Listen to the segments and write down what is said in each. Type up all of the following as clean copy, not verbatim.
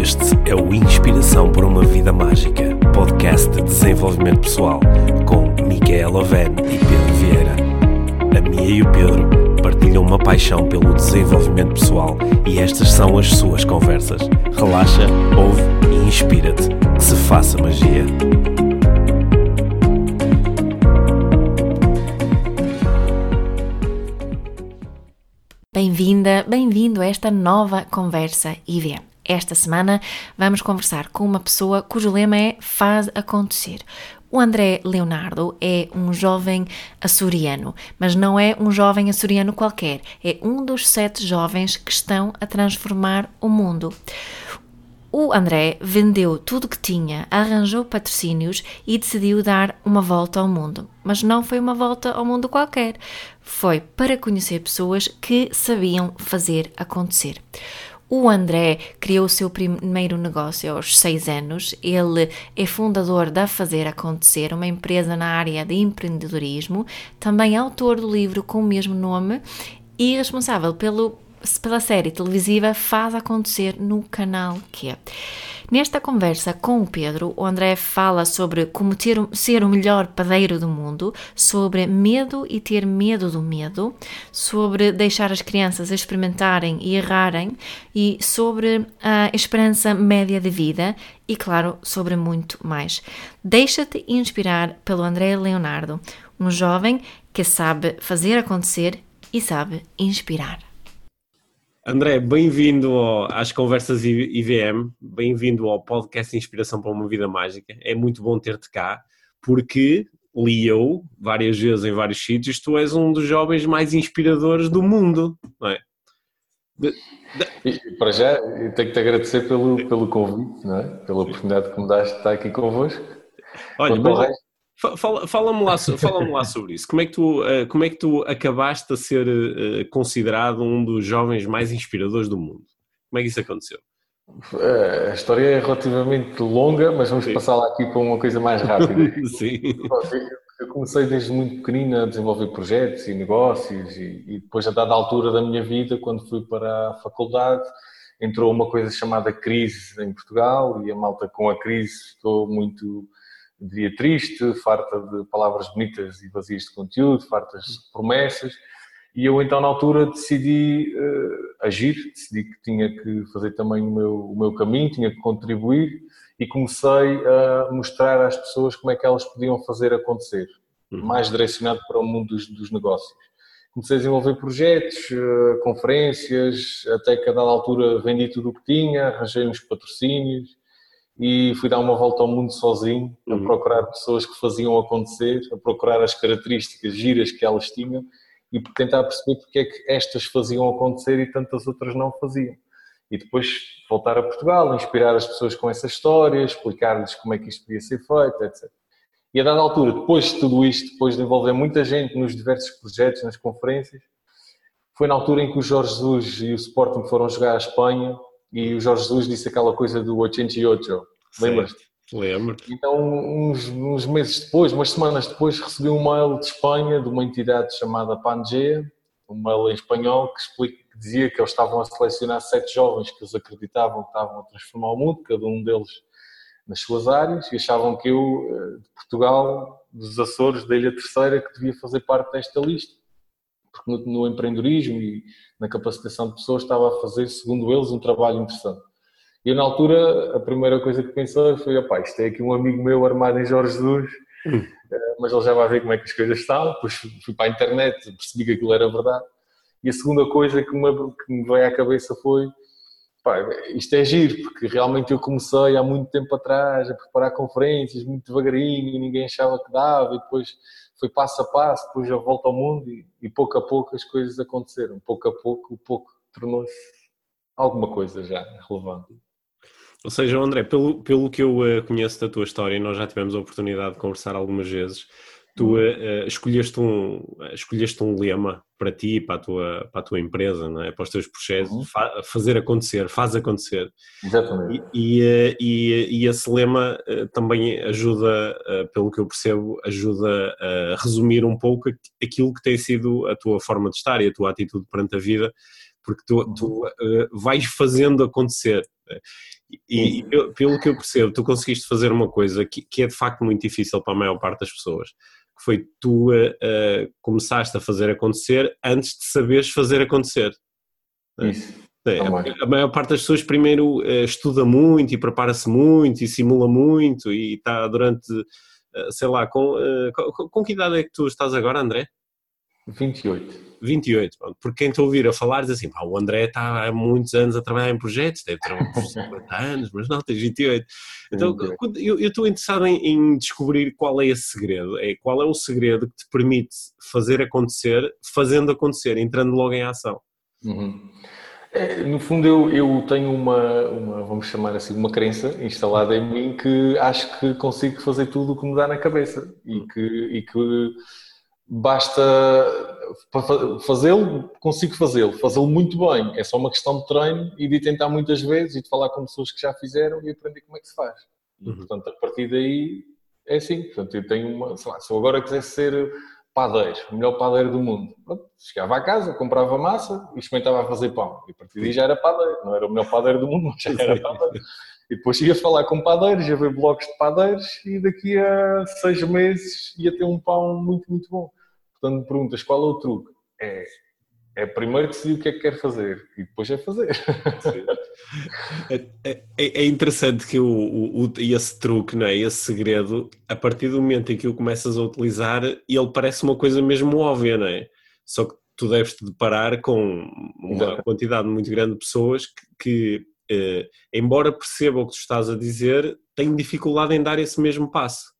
Este é o Inspiração por uma Vida Mágica, podcast de desenvolvimento pessoal, com Micaela Oven e Pedro Vieira. A Mia e o Pedro partilham uma paixão pelo desenvolvimento pessoal e estas são as suas conversas. Relaxa, ouve e inspira-te. Que se faça magia. Bem-vinda, bem-vindo a esta nova conversa IVM. Esta semana vamos conversar com uma pessoa cujo lema é Faz Acontecer. O André Leonardo é um jovem açoriano, mas não é um jovem açoriano qualquer, é um dos 7 jovens que estão a transformar o mundo. O André vendeu tudo que tinha, arranjou patrocínios e decidiu dar uma volta ao mundo. Mas não foi uma volta ao mundo qualquer, foi para conhecer pessoas que sabiam fazer acontecer. O André criou o seu primeiro negócio aos 6 anos, ele é fundador da Fazer Acontecer, uma empresa na área de empreendedorismo, também autor do livro com o mesmo nome e responsável pela série televisiva Faz Acontecer no canal Q. Nesta conversa com o Pedro, o André fala sobre como ser o melhor padeiro do mundo, sobre medo e ter medo do medo, sobre deixar as crianças experimentarem e errarem e sobre a esperança média de vida e, claro, sobre muito mais. Deixa-te inspirar pelo André Leonardo, um jovem que sabe fazer acontecer e sabe inspirar. André, bem-vindo às conversas IVM, bem-vindo ao podcast Inspiração para uma Vida Mágica. É muito bom ter-te cá, porque li eu várias vezes em vários sítios, tu és um dos jovens mais inspiradores do mundo, não é? E para já, eu tenho que te agradecer pelo convite, não é? Pela oportunidade que me dás de estar aqui convosco. Olha, fala-me lá sobre isso. Como é que tu acabaste a ser considerado um dos jovens mais inspiradores do mundo? Como é que isso aconteceu? A história é relativamente longa, mas vamos passá-la aqui para uma coisa mais rápida. Sim. Eu comecei desde muito pequenino a desenvolver projetos e negócios e depois, a dada altura da minha vida, quando fui para a faculdade, entrou uma coisa chamada crise em Portugal e a malta com a crise ficou muito... diria triste, farta de palavras bonitas e vazias de conteúdo, fartas de promessas, e eu então na altura decidi agir, decidi que tinha que fazer também o meu caminho, tinha que contribuir e comecei a mostrar às pessoas como é que elas podiam fazer acontecer, mais direcionado para o mundo dos negócios. Comecei a desenvolver projetos, conferências, até que a dada altura vendi tudo o que tinha, arranjei uns patrocínios, e fui dar uma volta ao mundo sozinho, a procurar pessoas que faziam acontecer, a procurar as características giras que elas tinham e tentar perceber porque é que estas faziam acontecer e tantas outras não faziam. E depois voltar a Portugal, inspirar as pessoas com essa história, explicar-lhes como é que isto podia ser feito, etc. E a dada altura, depois de tudo isto, depois de envolver muita gente nos diversos projetos, nas conferências, foi na altura em que o Jorge Jesus e o Sporting foram jogar à Espanha. E o Jorge Jesus disse aquela coisa do 88, lembras-te? Lembro. Então, uns meses depois, umas semanas depois, recebi um mail de Espanha, de uma entidade chamada Pangea, um mail em espanhol que dizia que eles estavam a selecionar 7 jovens que eles acreditavam que estavam a transformar o mundo, cada um deles nas suas áreas, e achavam que eu, de Portugal, dos Açores, da Ilha Terceira, que devia fazer parte desta lista. Porque no empreendedorismo e na capacitação de pessoas estava a fazer, segundo eles, um trabalho interessante. E eu, na altura, a primeira coisa que pensei foi, isto é aqui um amigo meu armado em Jorge Jesus, mas ele já vai ver como é que as coisas estão. Depois fui para a internet, percebi que aquilo era verdade. E a segunda coisa que me veio à cabeça foi, isto é giro, porque realmente eu comecei há muito tempo atrás a preparar conferências, muito devagarinho, e ninguém achava que dava, e depois foi passo a passo, depois a volta ao mundo e pouco a pouco as coisas aconteceram. Pouco a pouco, o pouco tornou-se alguma coisa já relevante. Ou seja, André, pelo que eu conheço da tua história, e nós já tivemos a oportunidade de conversar algumas vezes, tu escolheste um lema para ti e para a tua empresa, não é? Para os teus projetos, fazer acontecer, faz acontecer. Exatamente. E esse lema também ajuda, pelo que eu percebo, ajuda a resumir um pouco aquilo que tem sido a tua forma de estar e a tua atitude perante a vida, porque tu vais fazendo acontecer. Pelo que eu percebo, tu conseguiste fazer uma coisa que é de facto muito difícil para a maior parte das pessoas, que foi tu começaste a fazer acontecer antes de saberes fazer acontecer. Isso. A maior parte das pessoas primeiro estuda muito e prepara-se muito e simula muito e está durante, sei lá, com que idade é que tu estás agora, André? 28. 28, pronto. Porque quem te ouvir a falar diz assim, pá, o André está há muitos anos a trabalhar em projetos, deve ter uns 50 anos, mas não, tens 28. Então, eu estou interessado em descobrir qual é esse segredo, qual é o segredo que te permite fazer acontecer, fazendo acontecer, entrando logo em ação. Uhum. No fundo, eu tenho uma, vamos chamar assim, uma crença instalada em mim que acho que consigo fazer tudo o que me dá na cabeça e que basta para fazê-lo, consigo fazê-lo muito bem. É só uma questão de treino e de tentar muitas vezes e de falar com pessoas que já fizeram e aprender como é que se faz. E, portanto, a partir daí é assim. Portanto, eu tenho uma, sei lá, se eu agora quisesse ser padeiro, o melhor padeiro do mundo, pronto, chegava a casa, comprava massa e experimentava a fazer pão. E a partir daí já era padeiro. Não era o melhor padeiro do mundo, mas já era padeiro. E depois ia falar com padeiros, ia ver blogs de padeiros e daqui a 6 meses ia ter um pão muito, muito bom. Portanto, me perguntas qual é o truque? É primeiro decidir o que é que quer fazer e depois é fazer. É interessante que esse truque, não é? Esse segredo, a partir do momento em que o começas a utilizar, ele parece uma coisa mesmo óbvia, não é? Só que tu deves te deparar com uma quantidade muito grande de pessoas que embora percebam o que tu estás a dizer, têm dificuldade em dar esse mesmo passo.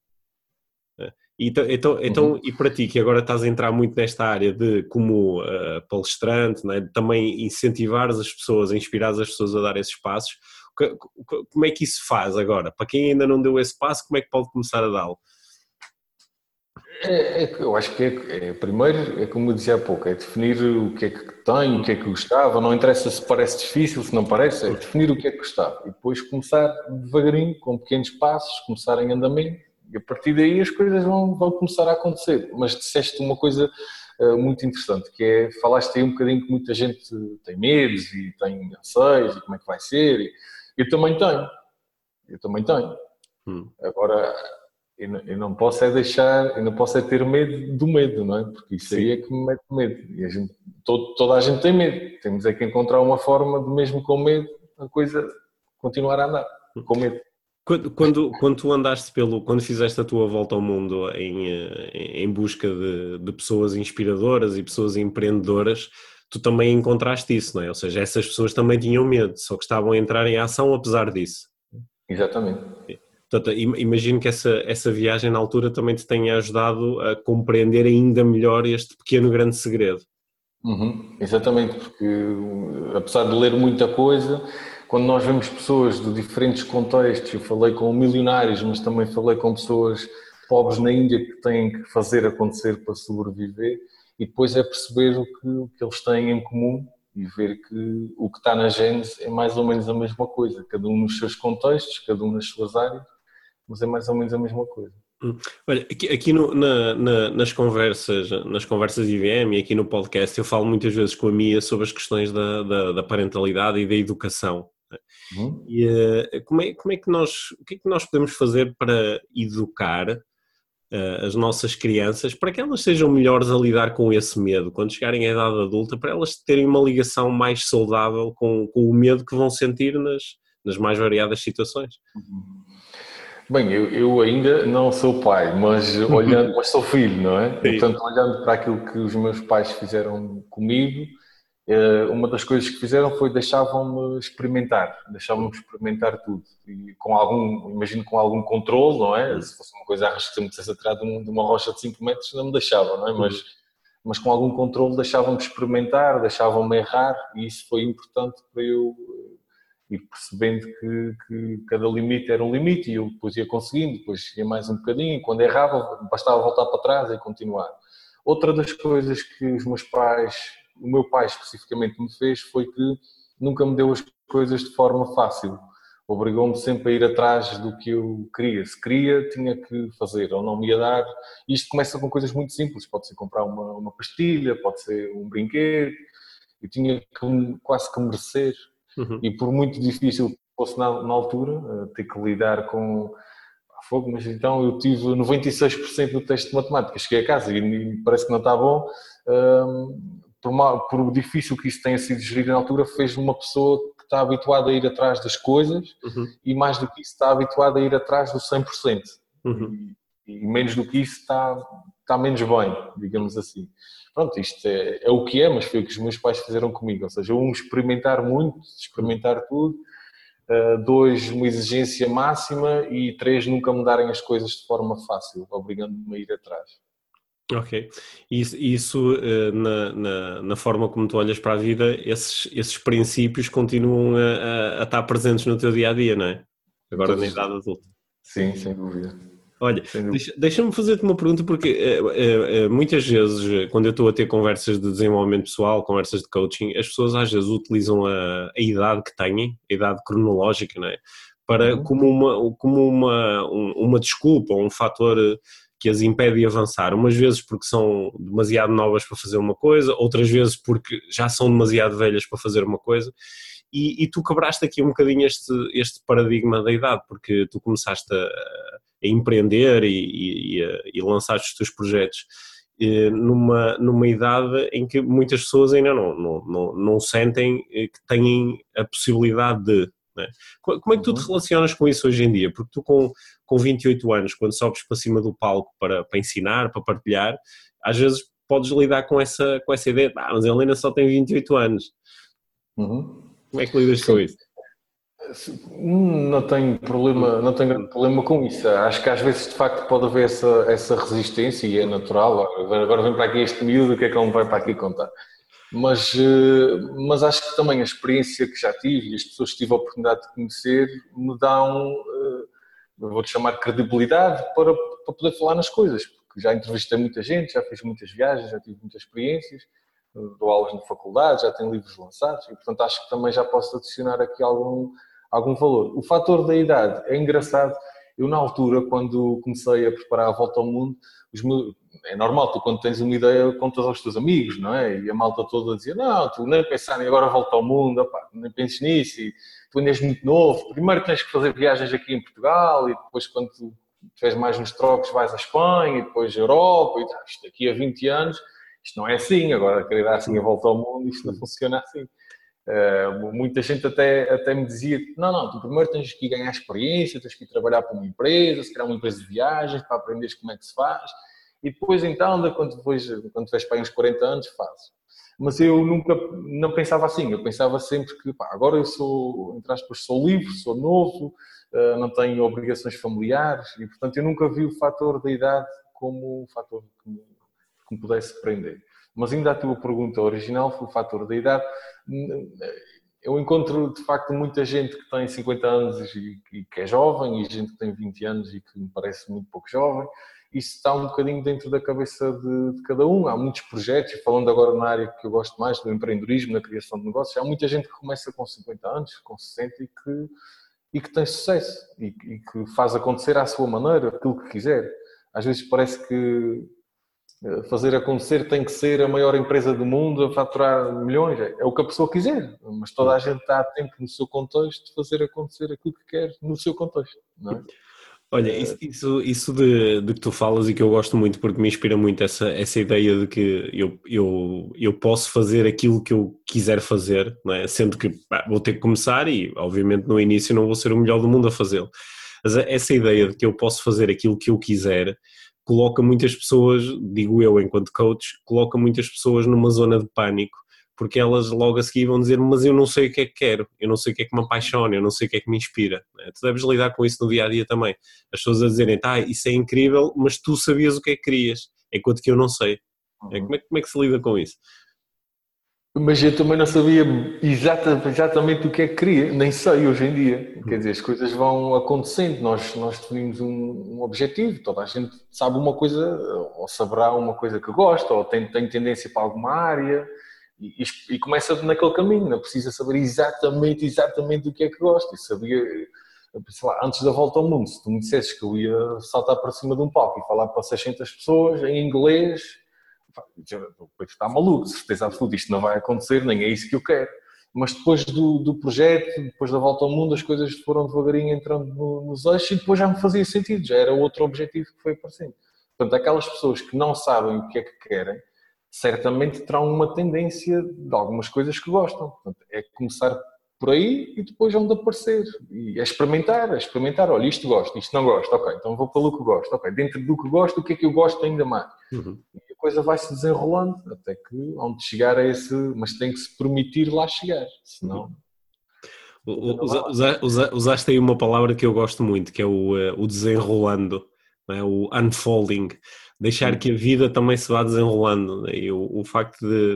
Então, e para ti, que agora estás a entrar muito nesta área de como palestrante, não é? De também incentivares as pessoas, inspirares as pessoas a dar esses passos, como é que isso faz agora? Para quem ainda não deu esse passo, como é que pode começar a dá-lo? Eu acho que primeiro, é como eu dizia há pouco, é definir o que é que tem, o que é que gostava, não interessa se parece difícil, se não parece, é definir o que é que gostava e depois começar devagarinho, com pequenos passos, começar em andamento e a partir daí as coisas vão começar a acontecer. Mas disseste uma coisa muito interessante, que é, falaste aí um bocadinho que muita gente tem medos e tem anseios e como é que vai ser, e eu também tenho. Agora, eu não posso ter medo do medo, não é? Porque isso aí é que me mete medo. E toda a gente tem medo. Temos é que encontrar uma forma de, mesmo com medo, a coisa continuar a andar, com medo. Quando tu andaste quando fizeste a tua volta ao mundo em busca de pessoas inspiradoras e pessoas empreendedoras, tu também encontraste isso, não é? Ou seja, essas pessoas também tinham medo, só que estavam a entrar em ação apesar disso. Exatamente. Portanto, imagino que essa viagem na altura também te tenha ajudado a compreender ainda melhor este pequeno grande segredo. Exatamente, porque apesar de ler muita coisa, quando nós vemos pessoas de diferentes contextos, eu falei com milionários, mas também falei com pessoas pobres na Índia que têm que fazer acontecer para sobreviver, e depois é perceber o que eles têm em comum e ver que o que está na gênese é mais ou menos a mesma coisa, cada um nos seus contextos, cada um nas suas áreas, mas é mais ou menos a mesma coisa. Olha, aqui nas conversas IVM e aqui no podcast eu falo muitas vezes com a Mia sobre as questões da parentalidade e da educação. E o que é que nós podemos fazer para educar as nossas crianças para que elas sejam melhores a lidar com esse medo quando chegarem à idade adulta, para elas terem uma ligação mais saudável com o medo que vão sentir nas mais variadas situações? Bem, eu ainda não sou pai, mas sou filho, não é? E, portanto, olhando para aquilo que os meus pais fizeram comigo, uma das coisas que fizeram foi deixavam-me experimentar tudo. E imagino com algum controle, não é? Se fosse uma coisa se eu me dissesse atrás de uma rocha de 5 metros, não me deixavam, não é? Mas com algum controle deixavam-me experimentar, deixavam-me errar, e isso foi importante para eu ir percebendo que cada limite era um limite e eu depois ia conseguindo, depois ia mais um bocadinho, e quando errava bastava voltar para trás e continuar. Outra das coisas que o meu pai especificamente me fez foi que nunca me deu as coisas de forma fácil, obrigou-me sempre a ir atrás do que eu queria, se queria tinha que fazer, ou não me ia dar. Isto começa com coisas muito simples, pode ser comprar uma pastilha, pode ser um brinquedo, eu tinha quase que merecer. E por muito difícil fosse na altura, ter que lidar com fogo, mas então eu tive 96% no teste de matemática, cheguei a casa e parece que não está bom, por difícil que isso tenha sido gerido na altura, fez uma pessoa que está habituada a ir atrás das coisas e mais do que isso está habituada a ir atrás do 100%. E menos do que isso está menos bem, digamos assim. Pronto, isto é o que é, mas foi o que os meus pais fizeram comigo, ou seja, experimentar muito, experimentar tudo, 2, uma exigência máxima e 3, nunca mudarem as coisas de forma fácil, obrigando-me a ir atrás. Ok. Isso na forma como tu olhas para a vida, esses princípios continuam a estar presentes no teu dia-a-dia, não é? Agora na idade adulta. Sim, sem dúvida. Olha, deixa-me fazer-te uma pergunta, porque muitas vezes, quando eu estou a ter conversas de desenvolvimento pessoal, conversas de coaching, as pessoas às vezes utilizam a idade que têm, a idade cronológica, não é? Como uma desculpa, um fator que as impede de avançar. Umas vezes porque são demasiado novas para fazer uma coisa, outras vezes porque já são demasiado velhas para fazer uma coisa. E tu quebraste aqui um bocadinho este paradigma da idade, porque tu começaste a empreender e lançaste os teus projetos numa idade em que muitas pessoas ainda não sentem que têm a possibilidade de, não é? Como é que tu te relacionas com isso hoje em dia? Porque tu com 28 anos, quando sobes para cima do palco para ensinar, para partilhar, às vezes podes lidar com essa ideia, mas ele ainda só tem 28 anos. Como é que lidas com isso? Não tenho grande problema com isso. Acho que às vezes de facto pode haver essa resistência e é natural. Agora vem para aqui este miúdo, o que é que ele me vai para aqui contar? Mas acho que também a experiência que já tive e as pessoas que tive a oportunidade de conhecer me dão, vou-te chamar, credibilidade para poder falar nas coisas, porque já entrevistei muita gente, já fiz muitas viagens, já tive muitas experiências, dou aulas na faculdade, já tenho livros lançados e portanto acho que também já posso adicionar aqui algum valor. O fator da idade é engraçado. Eu na altura, quando comecei a preparar a volta ao mundo, é normal, tu quando tens uma ideia contas aos teus amigos, não é? E a malta toda dizia, não, tu nem pensar em agora volta ao mundo, opá, nem penses nisso, e tu ainda és muito novo, primeiro tens que fazer viagens aqui em Portugal e depois quando tu estiveres mais nos trocos vais à Espanha e depois à Europa e isto daqui a 20 anos, isto não é assim, agora querer dar assim a volta ao mundo, isto não funciona assim. Muita gente até me dizia, não, tu primeiro tens que ir ganhar experiência, tens que ir trabalhar para uma empresa, se calhar uma empresa de viagens, para aprenderes como é que se faz, e depois então, quando tiveres para aí uns 40 anos, fazes. Mas eu nunca não pensava assim, eu pensava sempre que agora eu sou, entre aspas, sou livre, sou novo, não tenho obrigações familiares, e portanto eu nunca vi o fator da idade como um fator que me pudesse prender. Mas ainda a tua pergunta original foi o fator da idade. Eu encontro, de facto, muita gente que tem 50 anos e que é jovem e gente que tem 20 anos e que me parece muito pouco jovem. Isso está um bocadinho dentro da cabeça de cada um. Há muitos projetos, falando agora na área que eu gosto mais, do empreendedorismo, na criação de negócios, há muita gente que começa com 50 anos, com 60 e que tem sucesso e que faz acontecer à sua maneira, aquilo que quiser. Às vezes parece que fazer acontecer tem que ser a maior empresa do mundo a faturar milhões, é o que a pessoa quiser, mas toda a gente está a tempo no seu contexto de fazer acontecer aquilo que quer no seu contexto, não é? Olha, isso de que tu falas e que eu gosto muito porque me inspira muito essa ideia de que eu posso fazer aquilo que eu quiser fazer, não é? Sendo que vou ter que começar e obviamente no início não vou ser o melhor do mundo a fazê-lo, mas essa ideia de que eu posso fazer aquilo que eu quiser coloca muitas pessoas, digo eu enquanto coach, coloca muitas pessoas numa zona de pânico, porque elas logo a seguir vão dizer, mas eu não sei o que é que quero, eu não sei o que é que me apaixona, eu não sei o que é que me inspira. Tu deves lidar com isso no dia-a-dia também. As pessoas a dizerem, isso é incrível, mas tu sabias o que é que querias, enquanto que eu não sei. Como é que se lida com isso? Mas eu também não sabia exatamente o que é que queria, nem sei hoje em dia. Quer dizer, as coisas vão acontecendo, nós definimos um objetivo, toda a gente sabe uma coisa, ou saberá uma coisa que gosta, ou tem tendência para alguma área, e começa naquele caminho, não precisa saber exatamente o que é que gosta. Eu sabia, sei lá, antes da volta ao mundo, se tu me dissesses que eu ia saltar para cima de um palco e falar para 600 pessoas em inglês, o Pedro está maluco, de certeza absoluta, isto não vai acontecer, nem é isso que eu quero. mas depois do projeto, depois da volta ao mundo, as coisas foram devagarinho entrando nos eixos e depois já me fazia sentido, já era outro objetivo que foi aparecendo. Portanto, aquelas pessoas que não sabem o que é que querem, certamente terão uma tendência de algumas coisas que gostam. Portanto, é começar por aí e depois vão de aparecer. E é experimentar. Olha, isto gosto, isto não gosto, ok, então vou pelo que gosto. Ok, dentro do que gosto, o que é que eu gosto ainda mais? Uhum. E a coisa vai se desenrolando até que onde chegar a esse... Mas tem que se permitir lá chegar, senão... Usaste aí uma palavra que eu gosto muito, que é o desenrolando, não é? O unfolding, deixar que a vida também se vá desenrolando, né? E o facto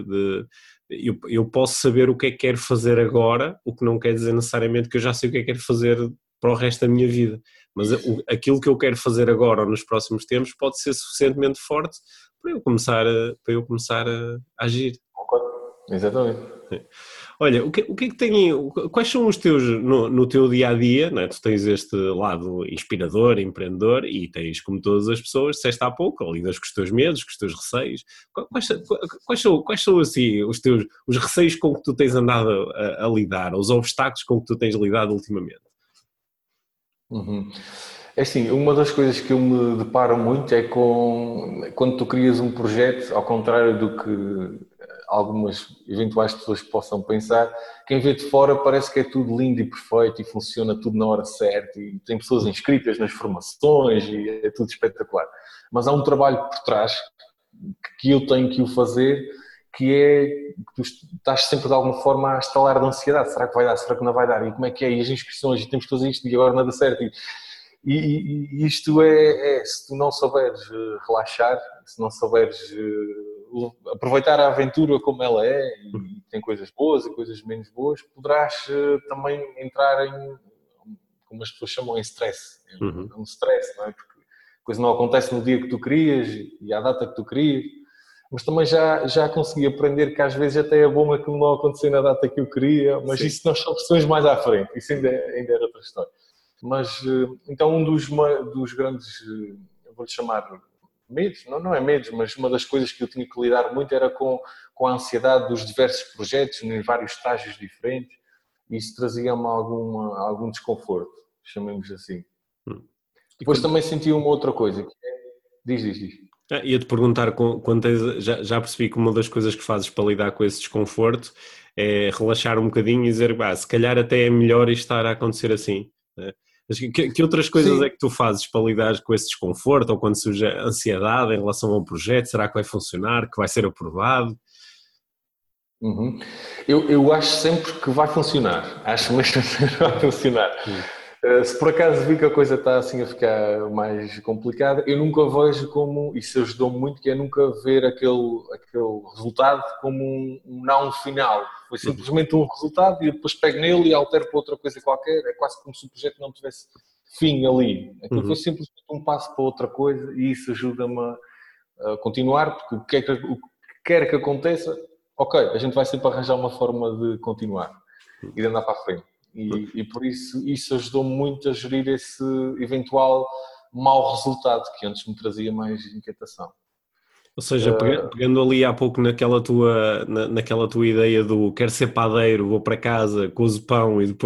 eu posso saber o que é que quero fazer agora, o que não quer dizer necessariamente que eu já sei o que é que quero fazer para o resto da minha vida, mas aquilo que eu quero fazer agora ou nos próximos tempos pode ser suficientemente forte para eu começar a agir. Exatamente. Olha, o que é que quais são os teus, no teu dia-a-dia, não é? Tu tens este lado inspirador, empreendedor e tens, como todas as pessoas, disseste há pouco, lidas com os teus medos, com os teus receios. Quais são assim, os receios com que tu tens andado a lidar, os obstáculos com que tu tens lidado ultimamente? Uhum. É assim, uma das coisas que eu me deparo muito é quando tu crias um projeto, ao contrário do que algumas eventuais pessoas possam pensar, quem vê de fora parece que é tudo lindo e perfeito e funciona tudo na hora certa e tem pessoas inscritas nas formações e é tudo espetacular. Mas há um trabalho por trás que eu tenho que o fazer, que é que tu estás sempre de alguma forma a estalar de ansiedade. Será que vai dar? Será que não vai dar? E como é que é? E as inscrições? E temos que fazer isto e agora nada certo. E isto se tu não souberes relaxar, se não souberes aproveitar a aventura como ela é, e tem coisas boas e coisas menos boas, poderás também entrar em, como as pessoas chamam, em stress. Um stress, não é? Porque a coisa não acontece no dia que tu querias e à data que tu querias. Mas também já consegui aprender que às vezes até é bom aquilo não acontecer na data que eu queria, mas sim, isso nós são questões mais à frente, isso ainda era outra história. Mas, então, um dos grandes, eu vou-lhe chamar medos, não é medos, mas uma das coisas que eu tinha que lidar muito era com a ansiedade dos diversos projetos, em vários estágios diferentes, e isso trazia-me algum desconforto, chamemos assim. Depois também senti uma outra coisa, que é... Diz. Ia-te perguntar, já percebi que uma das coisas que fazes para lidar com esse desconforto é relaxar um bocadinho e dizer, se calhar até é melhor isto estar a acontecer assim, né? Que outras coisas é que tu fazes para lidar com esse desconforto ou quando surge a ansiedade em relação a um projeto? Será que vai funcionar? Que vai ser aprovado? Uhum. Eu acho sempre que vai funcionar. Acho mesmo que vai funcionar. Se por acaso vi que a coisa está assim a ficar mais complicada, eu nunca vejo como, isso ajudou-me muito, que é nunca ver aquele resultado como um não final. Foi simplesmente um resultado e eu depois pego nele e altero para outra coisa qualquer. É quase como se o projeto não tivesse fim ali. Aquilo foi simplesmente um passo para outra coisa e isso ajuda-me a continuar, porque o que quer que aconteça, ok, a gente vai sempre arranjar uma forma de continuar e de andar para a frente. E por isso ajudou-me muito a gerir esse eventual mau resultado que antes me trazia mais inquietação. Ou seja, pegando ali há pouco naquela tua ideia do quero ser padeiro, vou para casa, cozo pão e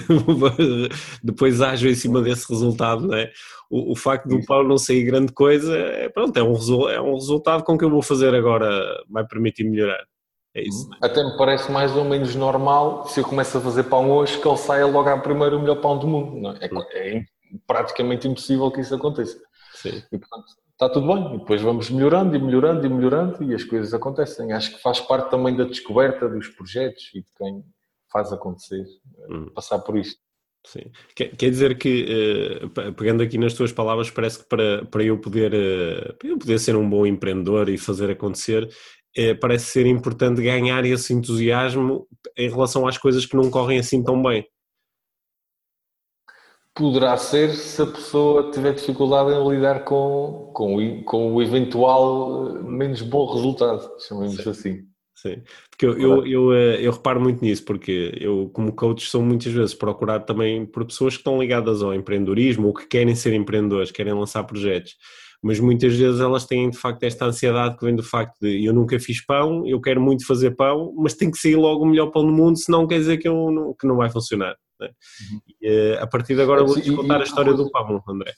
depois ajo em cima desse resultado, não é? O facto do pão não sair grande coisa, é um resultado com que eu vou fazer agora, vai permitir melhorar. É isso. Até me parece mais ou menos normal se eu começo a fazer pão hoje que ele saia logo à primeira o melhor pão do mundo. Não é? É praticamente impossível que isso aconteça. Sim. E portanto está tudo bem. E depois vamos melhorando e as coisas acontecem. Acho que faz parte também da descoberta dos projetos e de quem faz acontecer, passar por isto. Sim. Quer dizer que, pegando aqui nas tuas palavras, parece que para eu poder ser um bom empreendedor e fazer acontecer, parece ser importante ganhar esse entusiasmo em relação às coisas que não correm assim tão bem. Poderá ser se a pessoa tiver dificuldade em lidar com o eventual menos bom resultado, chamemos assim. Sim, porque eu reparo muito nisso, porque eu como coach sou muitas vezes procurado também por pessoas que estão ligadas ao empreendedorismo ou que querem ser empreendedores, querem lançar projetos. mas muitas vezes elas têm de facto esta ansiedade que vem do facto de eu nunca fiz pão, eu quero muito fazer pão, mas tem que sair logo o melhor pão do mundo, senão quer dizer que não vai funcionar, né? E, a partir de agora vou-te contar a história do pão, André.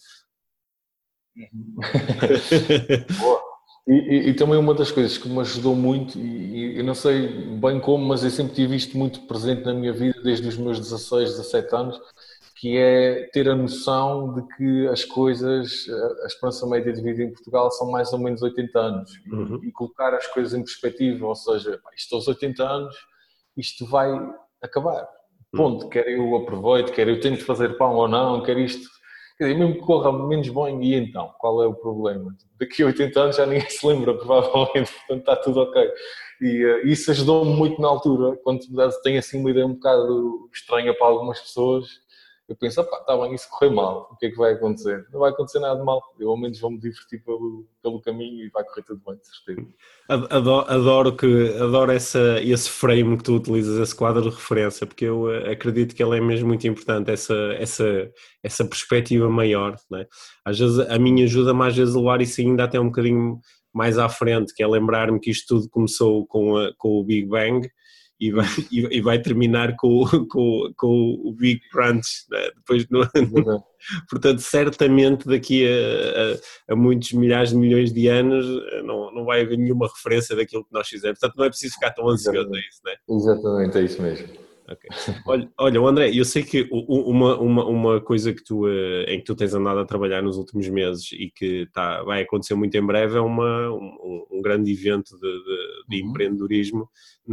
Boa. E também uma das coisas que me ajudou muito, e eu não sei bem como, mas eu sempre tive isto muito presente na minha vida desde os meus 16, 17 anos, que é ter a noção de que as coisas, a esperança média de vida em Portugal são mais ou menos 80 anos. E colocar as coisas em perspectiva, ou seja, isto aos 80 anos, isto vai acabar. Ponto. Quer eu aproveito, quer eu tento fazer pão ou não, quer isto... Quer dizer, mesmo que corra menos bem, e então? Qual é o problema? Daqui a 80 anos já ninguém se lembra, provavelmente, portanto está tudo ok. E isso ajudou-me muito na altura, quando tenho assim uma ideia um bocado estranha para algumas pessoas, eu penso, está bem, isso correu mal, o que é que vai acontecer? Não vai acontecer nada de mal, eu ao menos vou-me divertir pelo caminho e vai correr tudo bem, de certeza. Adoro esse frame que tu utilizas, esse quadro de referência, porque eu acredito que ele é mesmo muito importante, essa perspectiva maior, não é? Às vezes a mim ajuda-me às vezes a levar isso ainda até um bocadinho mais à frente, que é lembrar-me que isto tudo começou com o Big Bang e vai terminar com o Big Crunch, né? Depois portanto, certamente daqui a muitos milhares de milhões de anos não vai haver nenhuma referência daquilo que nós fizemos, portanto não é preciso ficar tão ansioso, é isso, não é? Exatamente, é isso mesmo. Okay. Olha, André, eu sei que uma coisa em que tu tens andado a trabalhar nos últimos meses e que vai acontecer muito em breve é um grande evento de empreendedorismo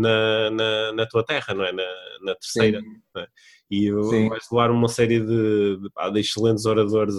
na tua terra, não é? Na terceira. Não é? E vais levar uma série de excelentes oradores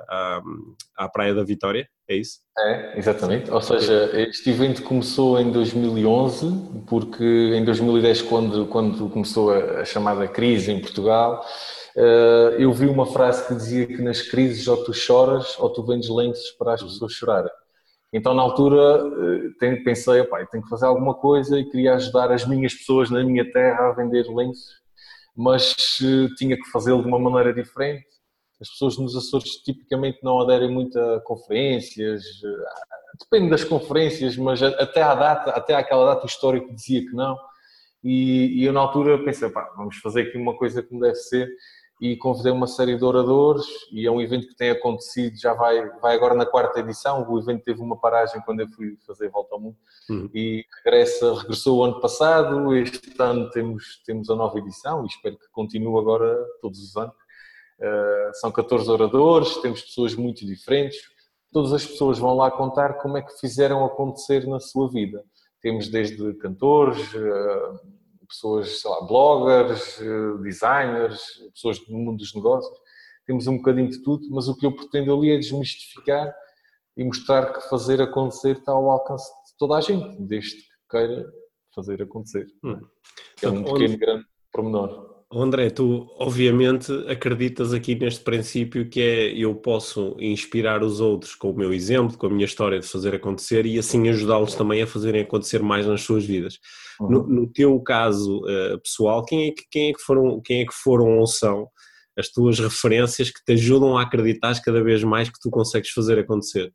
à Praia da Vitória, é isso? É, exatamente. Ou seja, este evento começou em 2011, porque em 2010, quando começou a chamada crise em Portugal, eu vi uma frase que dizia que nas crises ou tu choras ou tu vendes lenços para as pessoas chorarem. Então, na altura, pensei, eu tenho que fazer alguma coisa e queria ajudar as minhas pessoas na minha terra a vender lenços, mas tinha que fazê-lo de uma maneira diferente. As pessoas nos Açores tipicamente não aderem muito a conferências, depende das conferências, mas até àquela data histórica dizia que não. E eu na altura pensei, vamos fazer aqui uma coisa como deve ser, e convidei uma série de oradores, e é um evento que tem acontecido, já vai agora na 4ª edição. O evento teve uma paragem quando eu fui fazer Volta ao Mundo, e regressou o ano passado. Este ano temos a nova edição, e espero que continue agora todos os anos. São 14 oradores, temos pessoas muito diferentes, todas as pessoas vão lá contar como é que fizeram acontecer na sua vida. Temos desde cantores, pessoas, sei lá, bloggers, designers, pessoas do mundo dos negócios, temos um bocadinho de tudo, mas o que eu pretendo ali é desmistificar e mostrar que fazer acontecer está ao alcance de toda a gente, desde que queira fazer acontecer. É um pequeno, grande pormenor. André, tu obviamente acreditas aqui neste princípio que eu posso inspirar os outros com o meu exemplo, com a minha história de fazer acontecer e assim ajudá-los também a fazerem acontecer mais nas suas vidas. No teu caso pessoal, quem é que foram ou são as tuas referências que te ajudam a acreditar cada vez mais que tu consegues fazer acontecer?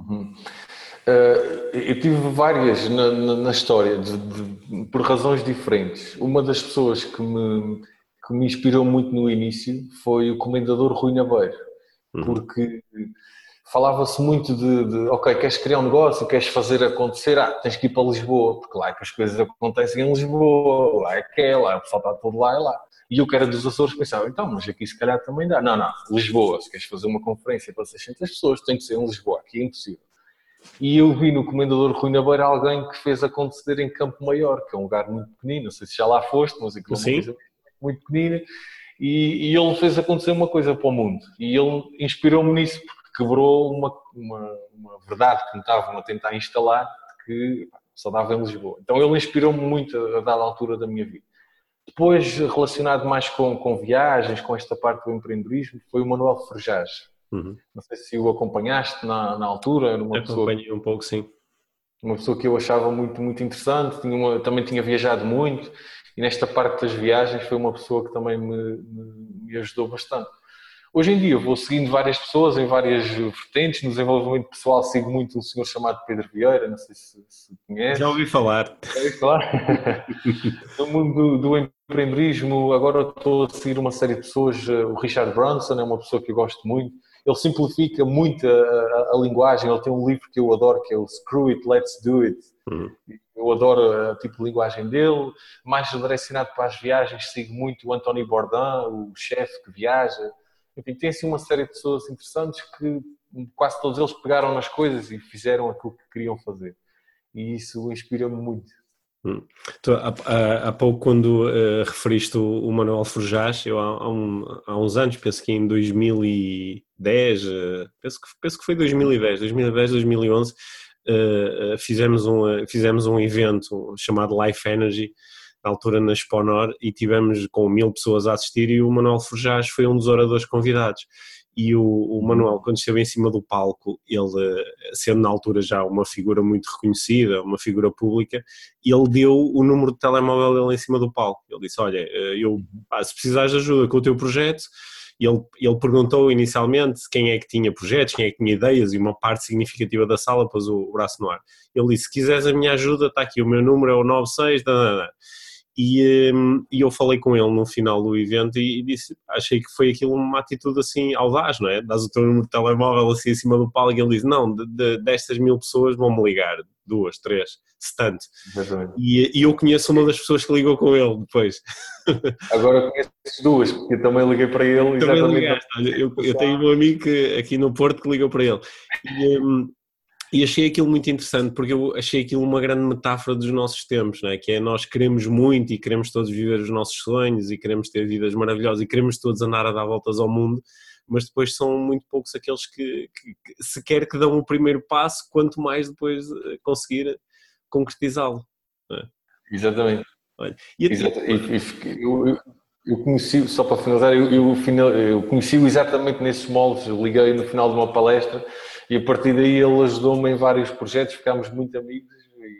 Eu tive várias na história, por razões diferentes. Uma das pessoas que me inspirou muito no início foi o comendador Rui Nabeiro, porque falava-se muito ok, queres criar um negócio, queres fazer acontecer, tens que ir para Lisboa, porque lá é que as coisas acontecem em Lisboa, lá é que é, lá o pessoal está todo lá e lá. E eu que era dos Açores pensava, então, mas aqui se calhar também dá. Não, Lisboa, se queres fazer uma conferência para 600 pessoas, tem que ser em Lisboa, aqui é impossível. E eu vi no comendador Rui Nabeiro alguém que fez acontecer em Campo Maior, que é um lugar muito pequenino, não sei se já lá foste, mas aquilo é uma coisa muito pequenina, e ele fez acontecer uma coisa para o mundo. E ele inspirou-me nisso, porque quebrou uma verdade que me estavam a tentar instalar, que só dava em Lisboa. Então ele inspirou-me muito a dada altura da minha vida. Depois, relacionado mais com viagens, com esta parte do empreendedorismo, foi o Manuel Frejage. Não sei se o acompanhaste na altura. Acompanhei um pouco, sim. Uma pessoa que eu achava muito, muito interessante, também tinha viajado muito, e nesta parte das viagens foi uma pessoa que também me ajudou bastante. Hoje em dia vou seguindo várias pessoas em várias vertentes. No desenvolvimento pessoal sigo muito um senhor chamado Pedro Vieira, não sei se conhece. Já ouvi falar. Já ouvi falar? No mundo do empreendedorismo, agora estou a seguir uma série de pessoas. O Richard Branson é uma pessoa que eu gosto muito. Ele simplifica muito a linguagem. Ele tem um livro que eu adoro, que é o Screw It, Let's Do It. Eu adoro o tipo de linguagem dele. Mais direcionado para as viagens, sigo muito o Anthony Bourdain, o chefe que viaja. Enfim, tem assim uma série de pessoas interessantes que quase todos eles pegaram nas coisas e fizeram aquilo que queriam fazer. E isso inspira-me muito. Então, há pouco, quando referiste o Manuel Forjás, eu há uns anos, penso que em 2010, penso que foi 2010, 2011, fizemos um evento chamado Life Energy, na altura na Exponor, e tivemos com 1000 pessoas a assistir, e o Manuel Forjás foi um dos oradores convidados. E o Manuel, quando esteve em cima do palco, ele, sendo na altura já uma figura muito reconhecida, uma figura pública, ele deu o número de telemóvel dele em cima do palco. Ele disse, olha, se precisares de ajuda com o teu projeto, ele perguntou inicialmente quem é que tinha projetos, quem é que tinha ideias, e uma parte significativa da sala pôs o braço no ar. Ele disse, se quiseres a minha ajuda, está aqui, o meu número é o 96... E eu falei com ele no final do evento e disse, achei que foi aquilo uma atitude assim audaz, não é? Dás o teu número de telemóvel assim em cima do palco, e ele disse, não, destas 1000 pessoas vão-me ligar, 2, 3, se tanto. E eu conheço uma das pessoas que ligou com ele depois. Agora conheço 2, porque eu também liguei para ele. Também ligaste, eu tenho um amigo aqui no Porto que ligou para ele. E achei aquilo muito interessante, porque eu achei aquilo uma grande metáfora dos nossos tempos, não é? Que é, nós queremos muito e queremos todos viver os nossos sonhos e queremos ter vidas maravilhosas e queremos todos andar a dar voltas ao mundo, mas depois são muito poucos aqueles que sequer que dão o primeiro passo, quanto mais depois conseguir concretizá-lo. Não é? Exatamente. Olha, eu conheci, só para finalizar, eu conheci-o exatamente nesses moldes. Eu liguei no final de uma palestra e a partir daí ele ajudou-me em vários projetos, ficámos muito amigos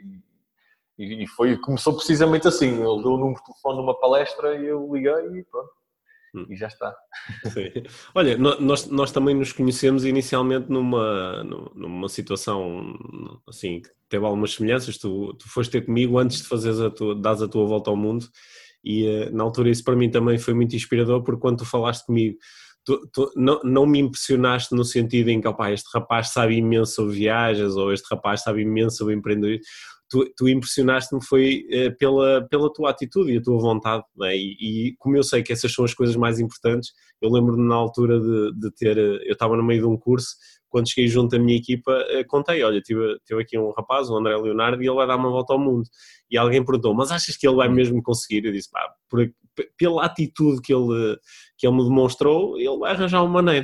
e começou precisamente assim. Ele deu o número de telefone numa palestra e eu liguei e pronto. E já está. Sim. Olha, nós também nos conhecemos inicialmente numa situação assim, que teve algumas semelhanças. Tu foste ter comigo antes de dares a tua volta ao mundo, e na altura isso para mim também foi muito inspirador, porque quando tu falaste comigo, tu não me impressionaste no sentido em que este rapaz sabe imenso sobre viagens, ou este rapaz sabe imenso sobre empreendedorismo. Tu impressionaste-me foi pela tua atitude e a tua vontade, não é? E como eu sei que essas são as coisas mais importantes, eu lembro-me na altura de ter, eu estava no meio de um curso, quando cheguei junto à minha equipa, contei, olha, tive aqui um rapaz, o André Leonardo, e ele vai dar uma volta ao mundo. E alguém perguntou, mas achas que ele vai mesmo conseguir? Eu disse, pela atitude que ele me demonstrou, ele vai arranjar uma maneira.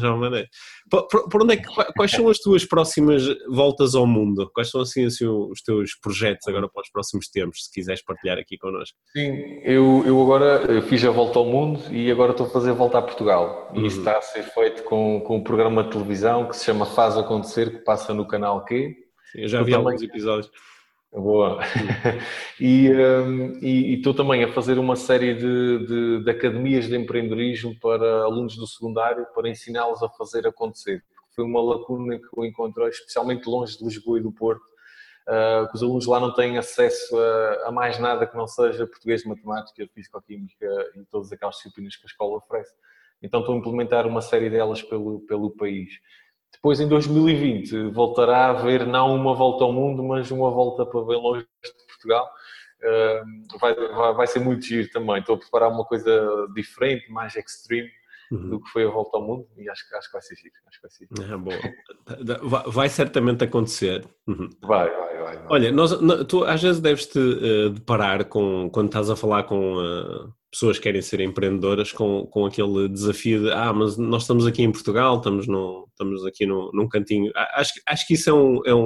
Por onde quais são as tuas próximas voltas ao mundo? Quais são assim os teus projetos agora para os próximos tempos, se quiseres partilhar aqui connosco? Sim, eu agora fiz a volta ao mundo e agora estou a fazer a volta a Portugal. E isso está a ser feito com um programa de televisão que se chama Faz Acontecer, que passa no canal Q. Sim, eu já vi alguns episódios. Boa. E estou também a fazer uma série de academias de empreendedorismo para alunos do secundário, para ensiná-los a fazer acontecer. Foi uma lacuna que eu encontrei, especialmente longe de Lisboa e do Porto, que os alunos lá não têm acesso a mais nada que não seja português, matemática, físico-química e todas aquelas disciplinas que a escola oferece. Então estou a implementar uma série delas pelo país. Depois, em 2020, voltará a haver não uma volta ao mundo, mas uma volta para bem longe de Portugal. Vai ser muito giro também. Estou a preparar uma coisa diferente, mais extreme do que foi a volta ao mundo, e acho que vai ser giro. Boa. Vai certamente acontecer. Vai. Olha, tu às vezes deves-te deparar quando estás a falar com pessoas que querem ser empreendedoras com aquele desafio de mas nós estamos aqui em Portugal, estamos aqui num cantinho. Acho que isso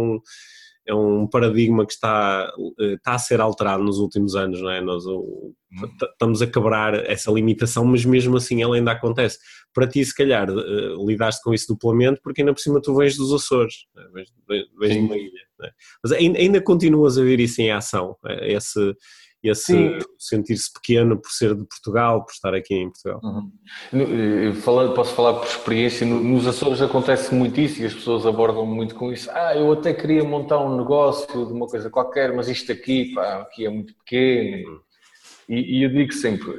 é um paradigma que está a ser alterado nos últimos anos, não é? Nós estamos a quebrar essa limitação, mas mesmo assim ela ainda acontece. Para ti, se calhar, lidaste com isso duplamente, porque ainda por cima tu vens dos Açores, vens de uma ilha, não é? Mas ainda continuas a ver isso em ação, esse sentir-se pequeno por ser de Portugal, por estar aqui em Portugal. Posso falar por experiência, nos Açores acontece muito isso e as pessoas abordam muito com isso. Eu até queria montar um negócio de uma coisa qualquer, mas isto aqui, aqui é muito pequeno. E eu digo sempre,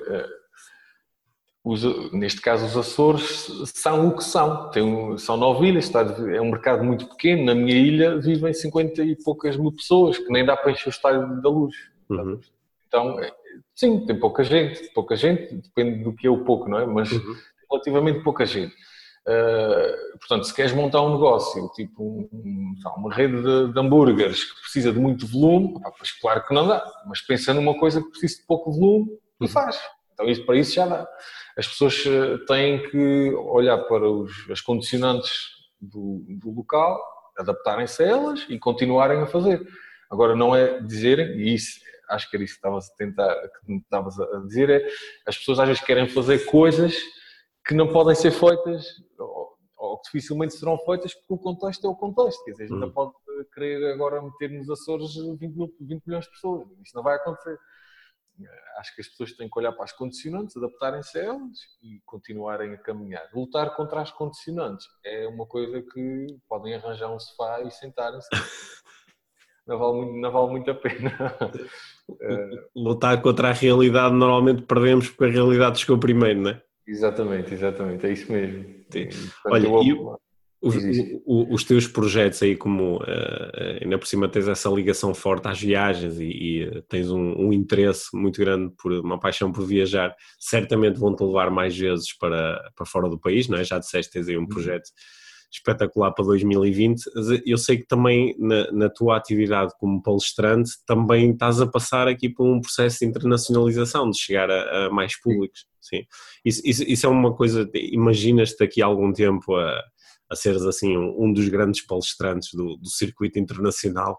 neste caso os Açores são o que são. São 9 ilhas, é um mercado muito pequeno. Na minha ilha vivem 50 e poucas mil pessoas, que nem dá para encher o Estádio da Luz. Então, sim, tem pouca gente, depende do que é o pouco, não é? Mas relativamente pouca gente. Portanto, se queres montar um negócio, tipo uma rede de hambúrgueres que precisa de muito volume, pois claro que não dá, mas pensa numa coisa que precisa de pouco volume e faz. Então, para isso já dá. As pessoas têm que olhar para as condicionantes do local, adaptarem-se a elas e continuarem a fazer. Agora, não é dizerem, e isso acho que era isso que estavas a dizer, as pessoas às vezes querem fazer coisas que não podem ser feitas ou que dificilmente serão feitas porque o contexto é o contexto. Quer dizer, a gente não pode querer agora meter nos Açores 20 milhões de pessoas. Isso não vai acontecer. Acho que as pessoas têm que olhar para as condicionantes, adaptarem-se a elas e continuarem a caminhar. Lutar contra as condicionantes é uma coisa que podem arranjar um sofá e sentarem-se. Não vale muito a pena. Lutar contra a realidade, normalmente perdemos porque a realidade chegou primeiro, não é? Exatamente, é isso mesmo. Olha, os teus projetos aí, como ainda por cima tens essa ligação forte às viagens e tens um interesse muito grande, uma paixão por viajar, certamente vão-te levar mais vezes para fora do país, não é? Já disseste que tens aí um projeto espetacular para 2020. Eu sei que também na tua atividade como palestrante também estás a passar aqui por um processo de internacionalização, de chegar a mais públicos. Sim. Isso é uma coisa, imaginas-te daqui a algum tempo a seres assim um dos grandes palestrantes do circuito internacional?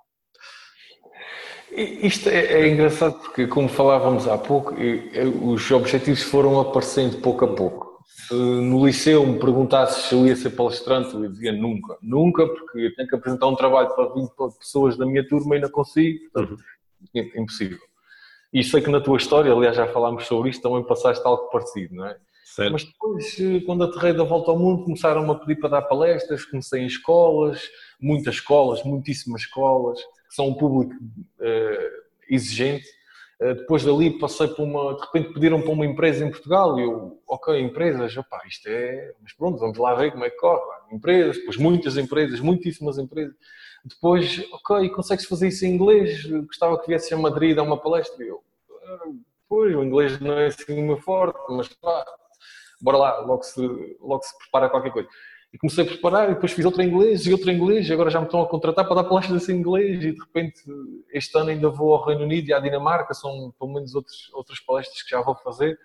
Isto é engraçado porque, como falávamos há pouco, os objetivos foram aparecendo pouco a pouco. Se no liceu me perguntasses se eu ia ser palestrante, eu dizia nunca, porque eu tenho que apresentar um trabalho para 20 pessoas da minha turma e não consigo, portanto, é impossível. E sei que na tua história, aliás já falámos sobre isto, também passaste algo parecido, não é? Certo. Mas depois, quando aterrei da volta ao mundo, começaram-me a pedir para dar palestras, comecei em escolas, muitíssimas escolas, que são um público exigente. Depois dali passei de repente pediram para uma empresa em Portugal e eu, ok, empresas, isto é, mas pronto, vamos lá ver como é que corre. Empresas, depois muitas empresas, muitíssimas empresas. Depois, ok, consegues fazer isso em inglês? Gostava que viesse a Madrid dar uma palestra. E eu, pois, o inglês não é assim muito forte, mas bora lá, logo se prepara qualquer coisa. E comecei a preparar e depois fiz outra em inglês e agora já me estão a contratar para dar palestras em inglês e de repente este ano ainda vou ao Reino Unido e à Dinamarca, são pelo menos outras palestras que já vou fazer.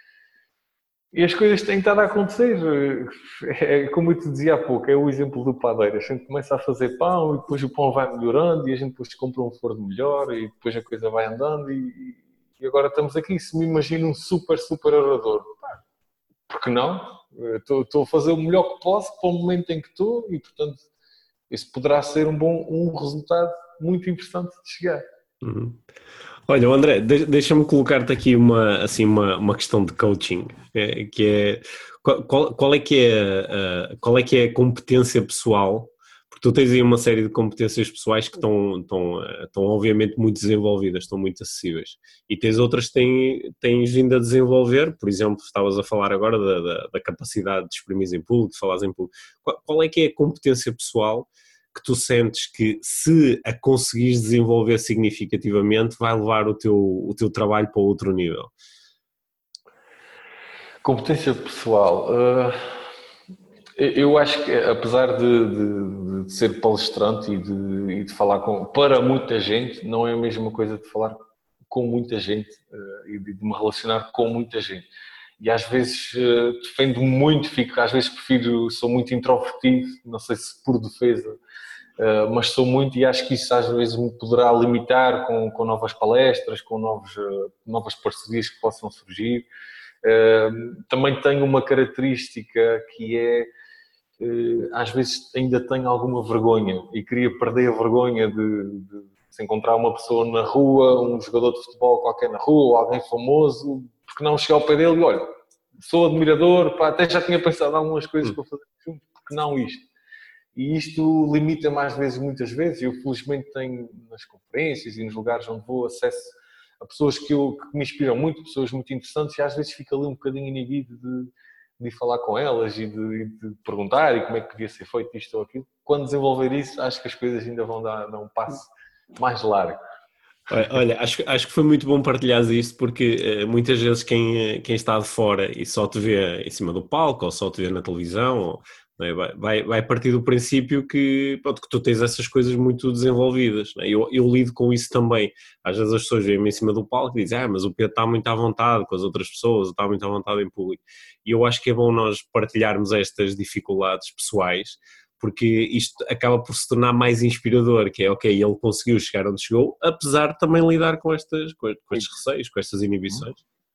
E as coisas têm estado a acontecer. É como eu te dizia há pouco, é o exemplo do padeiro. A gente começa a fazer pão e depois o pão vai melhorando e a gente depois compra um forno melhor e depois a coisa vai andando e agora estamos aqui. Se me imagino um super orador, por que não? Estou a fazer o melhor que posso para o momento em que estou e, portanto, isso poderá ser um resultado muito interessante de chegar. Olha, André, deixa-me colocar-te aqui uma questão de coaching, que é qual é que é a competência pessoal, porque tu tens aí uma série de competências pessoais que estão obviamente muito desenvolvidas, estão muito acessíveis, e tens outras que tens vindo a desenvolver, por exemplo, estavas a falar agora da capacidade de exprimir em público, de falares em público. Qual é que é a competência pessoal que tu sentes que, se a conseguires desenvolver significativamente, vai levar o teu trabalho para outro nível? Competência pessoal. Eu acho que, apesar de ser palestrante e de falar para muita gente, não é a mesma coisa de falar com muita gente e de me relacionar com muita gente. E às vezes defendo-me muito, sou muito introvertido, não sei se por defesa, mas sou muito, e acho que isso às vezes me poderá limitar com novas palestras, com novas parcerias que possam surgir. Também tenho uma característica que é, às vezes ainda tenho alguma vergonha e queria perder a vergonha de Se encontrar uma pessoa na rua, um jogador de futebol qualquer na rua, ou alguém famoso, porque não chegar ao pé dele e olha, sou admirador, pá, até já tinha pensado em algumas coisas para fazer junto, porque não isto? E isto limita-me às vezes, muitas vezes. Eu felizmente tenho nas conferências e nos lugares onde vou acesso a pessoas que me inspiram muito, pessoas muito interessantes, e às vezes fico ali um bocadinho inibido de ir falar com elas e de perguntar e como é que podia ser feito isto ou aquilo. Quando desenvolver isso, acho que as coisas ainda vão dar um passo mais largo. Olha, acho que foi muito bom partilhares isto, porque muitas vezes quem está de fora e só te vê em cima do palco ou só te vê na televisão, não é, vai partir do princípio que, pronto, que tu tens essas coisas muito desenvolvidas. Não é? Eu lido com isso também. Às vezes as pessoas veem-me em cima do palco e dizem mas o Pedro está muito à vontade com as outras pessoas, está muito à vontade em público. E eu acho que é bom nós partilharmos estas dificuldades pessoais, porque isto acaba por se tornar mais inspirador, que é, ok, ele conseguiu chegar onde chegou, apesar de também lidar com estes receios, com estas inibições.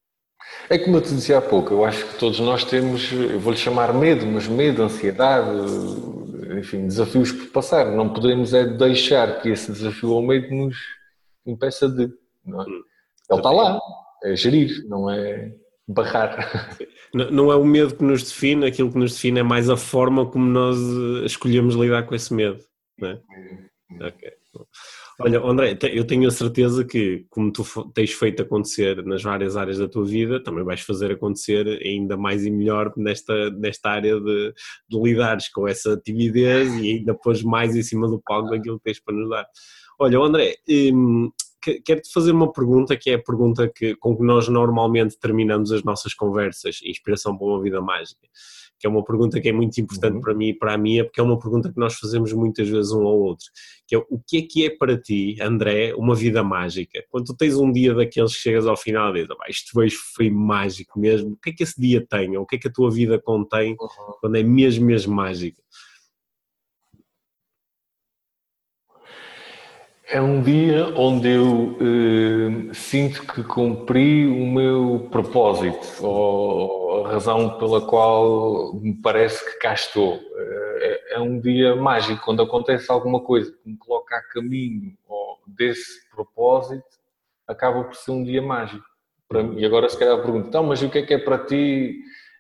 É como eu te dizia há pouco, eu acho que todos nós temos, eu vou-lhe chamar medo, mas medo, ansiedade, enfim, desafios por passar. Não podemos deixar que esse desafio ou medo nos impeça de, não é? Ele está lá, é gerir, não é barrar. Não é o medo que nos define, aquilo que nos define é mais a forma como nós escolhemos lidar com esse medo, não é? Ok. Olha, André, eu tenho a certeza que, como tu tens feito acontecer nas várias áreas da tua vida, também vais fazer acontecer ainda mais e melhor nesta área de lidares com essa timidez e ainda pôs mais em cima do palco daquilo que tens para nos dar. Olha, André, quero-te fazer uma pergunta, que é a pergunta com que nós normalmente terminamos as nossas conversas, Inspiração para uma Vida Mágica, que é uma pergunta que é muito importante para mim e para a minha, porque é uma pergunta que nós fazemos muitas vezes um ao outro, que é o que é para ti, André, uma vida mágica? Quando tu tens um dia daqueles que chegas ao final e dizes, isto hoje foi mágico mesmo, o que é que esse dia tem? Ou o que é que a tua vida contém quando é mesmo mágica? É um dia onde eu sinto que cumpri o meu propósito, ou a razão pela qual me parece que cá estou. É um dia mágico, quando acontece alguma coisa que me coloca a caminho desse propósito, acaba por ser um dia mágico. Para mim. E agora se calhar pergunto, então, mas o que é para ti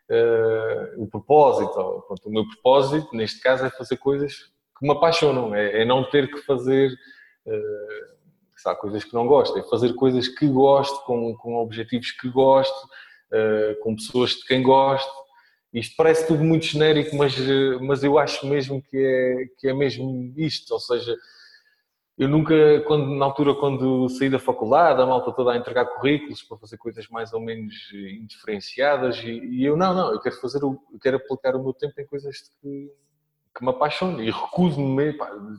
o propósito? Pronto, o meu propósito, neste caso, é fazer coisas que me apaixonam, é não ter que fazer... há coisas que não gosto, é fazer coisas que gosto, com objetivos que gosto, com pessoas de quem gosto. Isto parece tudo muito genérico, mas eu acho mesmo que é mesmo isto, ou seja, eu nunca, na altura quando saí da faculdade, a malta toda a entregar currículos para fazer coisas mais ou menos indiferenciadas e eu não, eu quero aplicar o meu tempo em coisas que me apaixonam e recuso-me,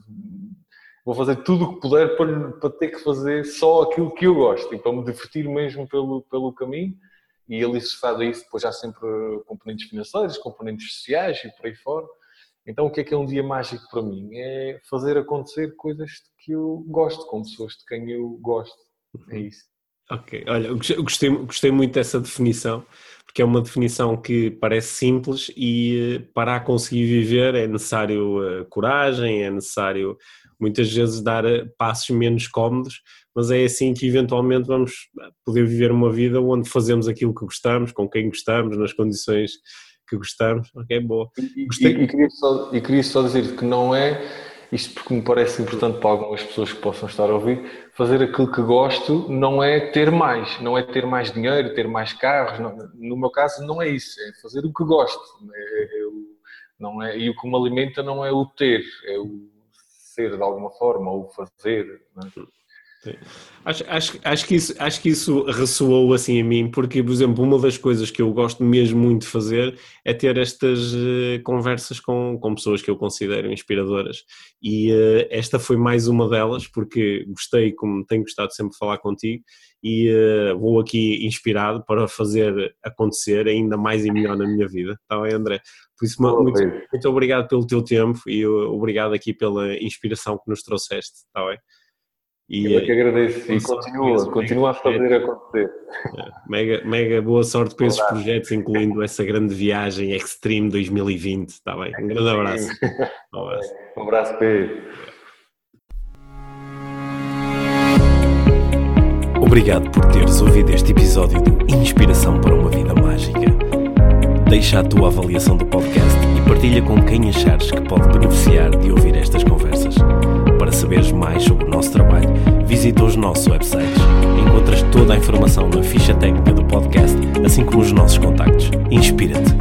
vou fazer tudo o que puder para ter que fazer só aquilo que eu gosto e para me divertir mesmo pelo caminho. E alicerçado a isso, depois há sempre componentes financeiros, componentes sociais e por aí fora. Então o que é um dia mágico para mim? É fazer acontecer coisas que eu gosto, com pessoas de quem eu gosto. É isso. Ok, olha, eu gostei muito dessa definição, porque é uma definição que parece simples e para a conseguir viver é necessário coragem, é necessário muitas vezes dar passos menos cómodos, mas é assim que eventualmente vamos poder viver uma vida onde fazemos aquilo que gostamos, com quem gostamos, nas condições que gostamos. Ok, boa. E queria só dizer que não é, isto porque me parece importante para algumas pessoas que possam estar a ouvir, fazer aquilo que gosto não é ter mais dinheiro, ter mais carros, no meu caso não é isso, é fazer o que gosto, não é, e o que me alimenta não é o ter, é o ser de alguma forma, ou fazer, não é? Acho que isso ressoou assim a mim, porque, por exemplo, uma das coisas que eu gosto mesmo muito de fazer é ter estas conversas com pessoas que eu considero inspiradoras e esta foi mais uma delas, porque gostei, como tenho gostado sempre de falar contigo e vou aqui inspirado para fazer acontecer ainda mais e melhor na minha vida, está bem, André? Por isso, muito obrigado pelo teu tempo e obrigado aqui pela inspiração que nos trouxeste, está bem? Eu é que agradeço e continua a fazer acontecer. Mega boa sorte para esses projetos, incluindo essa grande viagem Extreme 2020, está bem? Um grande abraço. Um abraço, Pedro. Obrigado por teres ouvido este episódio do Inspiração para uma Vida Mágica. Deixa a tua avaliação do podcast e partilha com quem achares que pode beneficiar de ouvir estas conversas. Para saberes mais sobre o nosso trabalho, visita os nossos websites. Encontras toda a informação na ficha técnica do podcast, assim como os nossos contactos. Inspira-te.